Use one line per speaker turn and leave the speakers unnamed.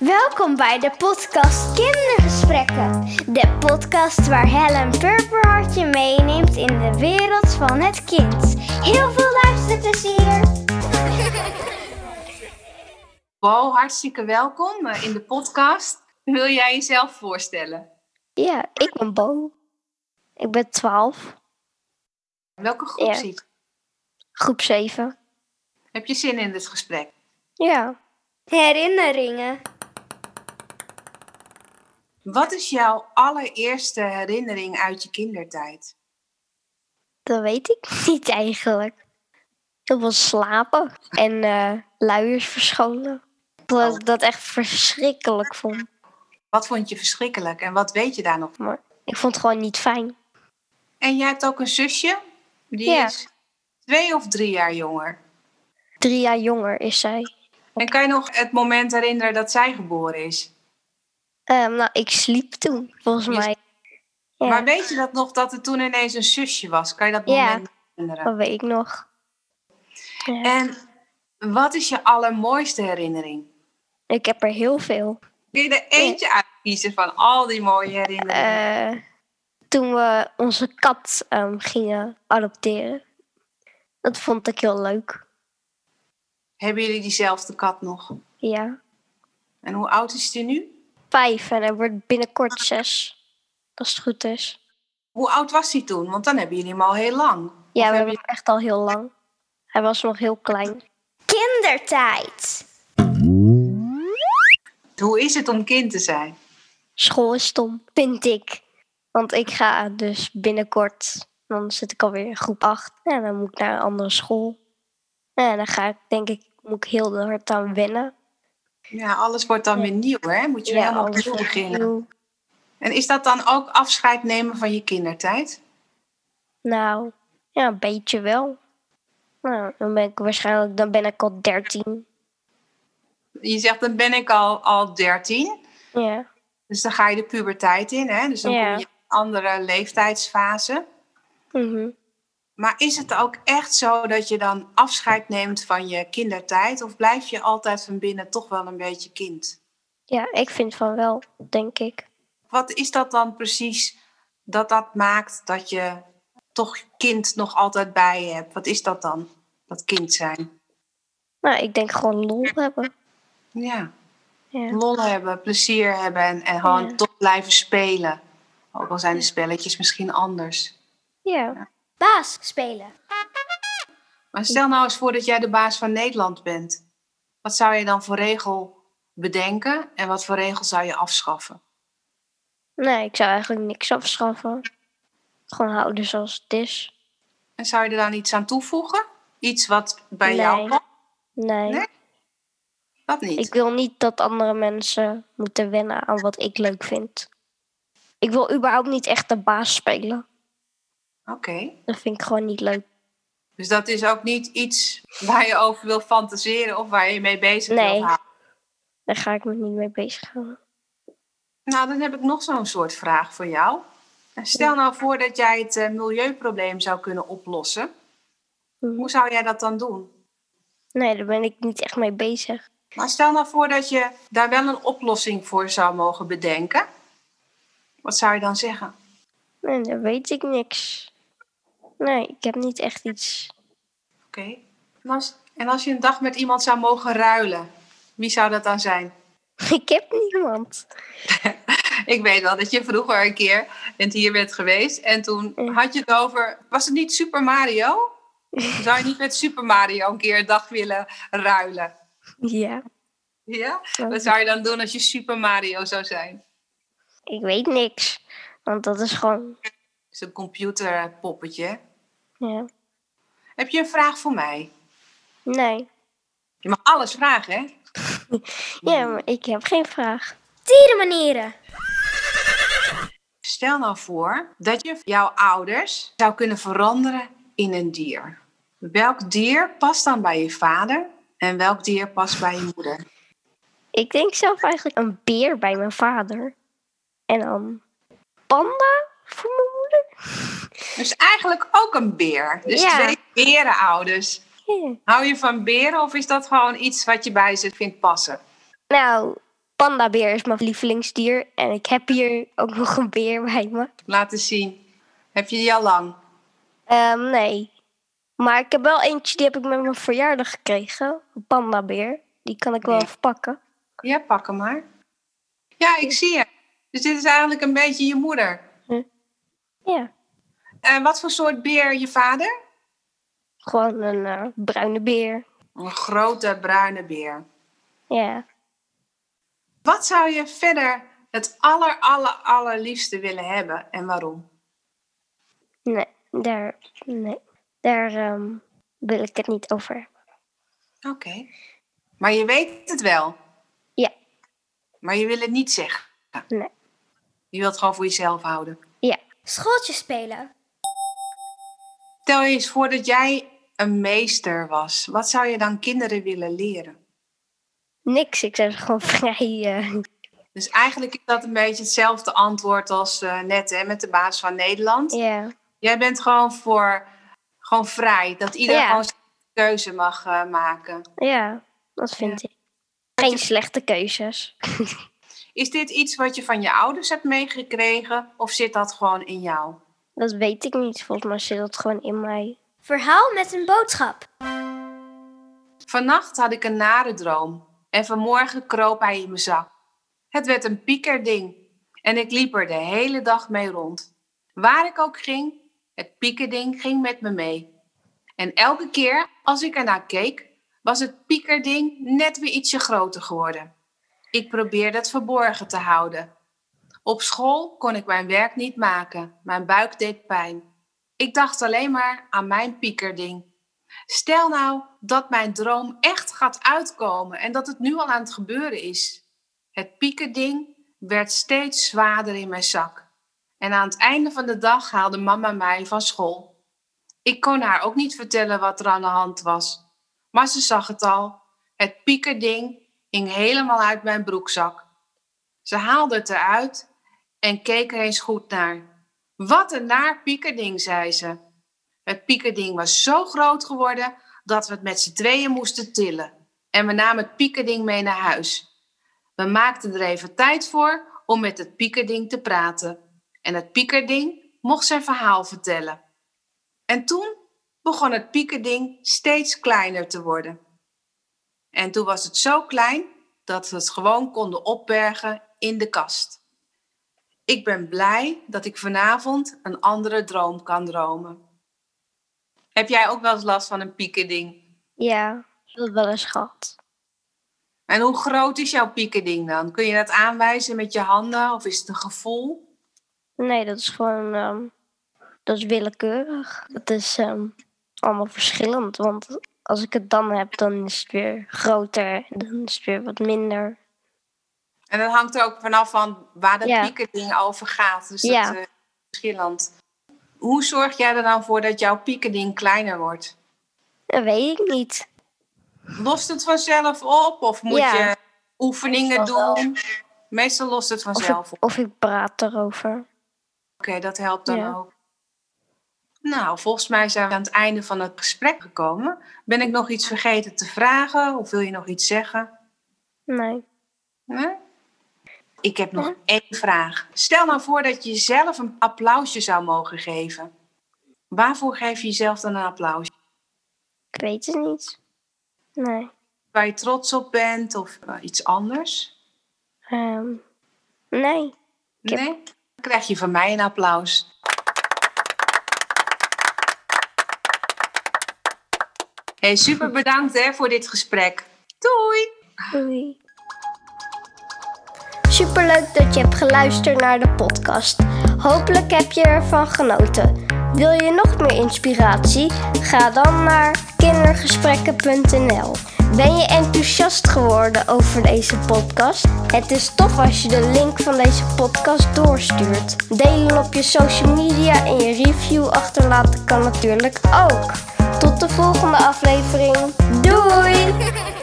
Welkom bij de podcast Kindergesprekken. De podcast waar Helen Purperhart je meeneemt in de wereld van het kind. Heel veel luisterplezier!
Wow, hartstikke welkom in de podcast. Wil jij jezelf voorstellen?
Ja, ik ben Bo. Ik ben 12.
Welke groep
Ja.
zit je?
Groep 7.
Heb je zin in dit gesprek?
Ja.
Herinneringen.
Wat is jouw allereerste herinnering uit je kindertijd?
Dat weet ik niet eigenlijk. Heel veel slapen en luiers verschonen. Dat ik dat echt verschrikkelijk vond.
Wat vond je verschrikkelijk en wat weet je daar nog?
Maar ik vond het gewoon niet fijn.
En jij hebt ook een zusje? Die
Ja.
is 2 of 3 jaar jonger.
3 jaar jonger is zij.
En kan je nog het moment herinneren dat zij geboren is?
Nou, ik sliep toen, volgens
Je-
mij. Ja,
Maar weet je dat nog, dat er toen ineens een zusje was? Kan je dat
Ja.
moment herinneren?
dat weet ik nog. Ja.
En wat is je allermooiste herinnering?
Ik heb er heel veel.
Kun je er eentje uitkiezen van al die mooie herinneringen?
Toen we onze kat gingen adopteren. Dat vond ik heel leuk.
Hebben jullie diezelfde kat nog?
Ja.
En hoe oud is die nu?
5 en hij wordt binnenkort 6. Als het goed is.
Hoe oud was hij toen? Want dan hebben jullie hem al heel lang. Of
Ja, we
heb
hebben hem echt al heel lang. Hij was nog heel klein.
Kindertijd.
Hoe is het om kind te zijn?
School is stom, vind ik. Want ik ga dus binnenkort, dan zit ik alweer in groep 8. En dan moet ik naar een andere school. En dan ga ik, denk ik, moet ik heel hard aan wennen.
Ja, alles wordt dan weer nieuw, hè? Moet je weer helemaal
alles
opnieuw
wordt
beginnen.
nieuw.
En is dat dan ook afscheid nemen van je kindertijd?
Nou, ja, een beetje wel. Nou, dan ben ik al 13.
Je zegt, dan ben ik al 13.
Ja,
Dus dan ga je de puberteit in, hè? Dus dan
Ja.
kom je in een andere leeftijdsfase.
mhm.
Maar is het ook echt zo dat je dan afscheid neemt van je kindertijd? Of blijf je altijd van binnen toch wel een beetje kind?
Ja, ik vind van wel, denk ik.
Wat is dat dan precies dat maakt dat je toch kind nog altijd bij je hebt? Wat is dat dan, dat kind zijn?
Nou, ik denk gewoon lol hebben.
Ja,
Ja.
lol hebben, plezier hebben en gewoon
Ja.
toch blijven spelen. Ook al zijn de spelletjes misschien anders.
Ja.
Baas spelen.
Maar stel nou eens voor dat jij de baas van Nederland bent. Wat zou je dan voor regel bedenken en wat voor regel zou je afschaffen?
Nee, ik zou eigenlijk niks afschaffen. Gewoon houden zoals het is.
En zou je er dan iets aan toevoegen? Iets wat bij jou
Nee.
past?
Nee.
Nee? Dat niet.
Ik wil niet dat andere mensen moeten wennen aan wat ik leuk vind. Ik wil überhaupt niet echt de baas spelen.
Oké.
Dat vind ik gewoon niet leuk.
Dus dat is ook niet iets waar je over wil fantaseren of waar je mee bezig
Nee.
wilt houden.
Daar ga ik me niet mee bezighouden.
Nou, dan heb ik nog zo'n soort vraag voor jou. En stel nou voor dat jij het milieuprobleem zou kunnen oplossen.
Mhm.
Hoe zou jij dat dan doen?
Nee, daar ben ik niet echt mee bezig.
Maar stel nou voor dat je daar wel een oplossing voor zou mogen bedenken. Wat zou je dan zeggen?
Nee, daar weet ik niks. Nee, ik heb niet echt iets.
Oké. En als je een dag met iemand zou mogen ruilen, wie zou dat dan zijn?
Ik heb niemand.
Ik weet wel dat je vroeger een keer hier bent geweest en toen had je het over... Was het niet Super Mario? Zou je niet met Super Mario een keer een dag willen ruilen?
Ja,
Ja? Wat zou je dan doen als je Super Mario zou zijn?
ik weet niks. Want dat is gewoon...
Dat is een computerpoppetje.
Ja.
Heb je een vraag voor mij?
Nee.
Je mag alles vragen, hè?
Ja, maar ik heb geen vraag.
Dierenmanieren.
Stel nou voor dat je jouw ouders zou kunnen veranderen in een dier. Welk dier past dan bij je vader en welk dier past bij je moeder?
Ik denk zelf eigenlijk een beer bij mijn vader. En dan panda voor mijn moeder.
Dus eigenlijk ook een beer. Dus
Ja.
2 berenouders.
Ja.
Hou je van beren of is dat gewoon iets wat je bij ze vindt passen?
Nou, pandabeer is mijn lievelingsdier. En ik heb hier ook nog een beer bij me.
Laat eens zien. Heb je die al lang?
Nee. Maar ik heb wel eentje, die heb ik met mijn verjaardag gekregen. Een pandabeer. Die kan ik wel
Ja.
even pakken.
Ja, pak hem maar. Ja, ik zie je. Dus dit is eigenlijk een beetje je moeder.
Ja.
En wat voor soort beer je vader?
Gewoon een bruine beer.
Een grote bruine beer.
Ja.
Wat zou je verder het allerliefste willen hebben en waarom?
Nee, daar wil ik het niet over hebben.
Oké. Maar je weet het wel.
Ja.
Maar je wil het niet zeggen.
Nee.
Je wilt het gewoon voor jezelf houden.
Ja.
Schooltje spelen.
Stel je eens voor dat jij een meester was. Wat zou je dan kinderen willen leren?
Niks, ik zeg gewoon vrij.
Dus eigenlijk is dat een beetje hetzelfde antwoord als net hè, met de baas van Nederland.
Ja.
Jij bent gewoon gewoon vrij. Dat iedereen
Ja.
gewoon zijn keuze mag maken.
Ja, dat vind ik. Geen slechte keuzes.
Is dit iets wat je van je ouders hebt meegekregen? Of zit dat gewoon in jou?
Dat weet ik niet. Volgens mij zit dat gewoon in mij.
Verhaal met een boodschap.
Vannacht had ik een nare droom. En vanmorgen kroop hij in mijn zak. Het werd een piekerding. En ik liep er de hele dag mee rond. Waar ik ook ging, het piekerding ging met me mee. En elke keer als ik ernaar keek, was het piekerding net weer ietsje groter geworden. Ik probeerde het verborgen te houden. Op school kon ik mijn werk niet maken. Mijn buik deed pijn. Ik dacht alleen maar aan mijn piekerding. Stel nou dat mijn droom echt gaat uitkomen en dat het nu al aan het gebeuren is. Het piekerding werd steeds zwaarder in mijn zak. En aan het einde van de dag haalde mama mij van school. Ik kon haar ook niet vertellen wat er aan de hand was. Maar ze zag het al. Het piekerding hing helemaal uit mijn broekzak. Ze haalde het eruit en keek er eens goed naar. Wat een naar piekerding, zei ze. Het piekerding was zo groot geworden dat we het met z'n tweeën moesten tillen. En we namen het piekerding mee naar huis. We maakten er even tijd voor om met het piekerding te praten. En het piekerding mocht zijn verhaal vertellen. En toen begon het piekerding steeds kleiner te worden. En toen was het zo klein dat we het gewoon konden opbergen in de kast. Ik ben blij dat ik vanavond een andere droom kan dromen. Heb jij ook wel eens last van een piekerding?
Ja, dat wel eens gehad.
En hoe groot is jouw piekerding dan? Kun je dat aanwijzen met je handen of is het een gevoel?
Nee, dat is gewoon... dat is willekeurig. Het is allemaal verschillend. Want als ik het dan heb, dan is het weer groter. En dan is het weer wat minder.
En dat hangt er ook vanaf van waar dat
Ja.
piekerding over gaat. Dus
Ja.
dat is verschillend. Hoe zorg jij er dan voor dat jouw piekerding kleiner wordt?
Dat weet ik niet.
Lost het vanzelf op of moet
Ja.
je oefeningen
Meestal
doen? Meestal lost het vanzelf op.
Of ik praat erover.
Oké, dat helpt dan
Ja.
ook. Nou, volgens mij zijn we aan het einde van het gesprek gekomen. Ben ik nog iets vergeten te vragen of wil je nog iets zeggen?
Nee.
Nee? Ik heb nog één vraag. Stel nou voor dat je jezelf een applausje zou mogen geven. Waarvoor geef je jezelf dan een applausje?
Ik weet het niet. Nee.
Waar je trots op bent of iets anders?
Nee. heb-
Nee? Dan krijg je van mij een applaus. Hey, super bedankt hè, voor dit gesprek. Doei!
Doei.
Superleuk dat je hebt geluisterd naar de podcast. Hopelijk heb je ervan genoten. Wil je nog meer inspiratie? Ga dan naar kindergesprekken.nl. Ben je enthousiast geworden over deze podcast? Het is tof als je de link van deze podcast doorstuurt. Delen op je social media en je review achterlaten kan natuurlijk ook. Tot de volgende aflevering. Doei!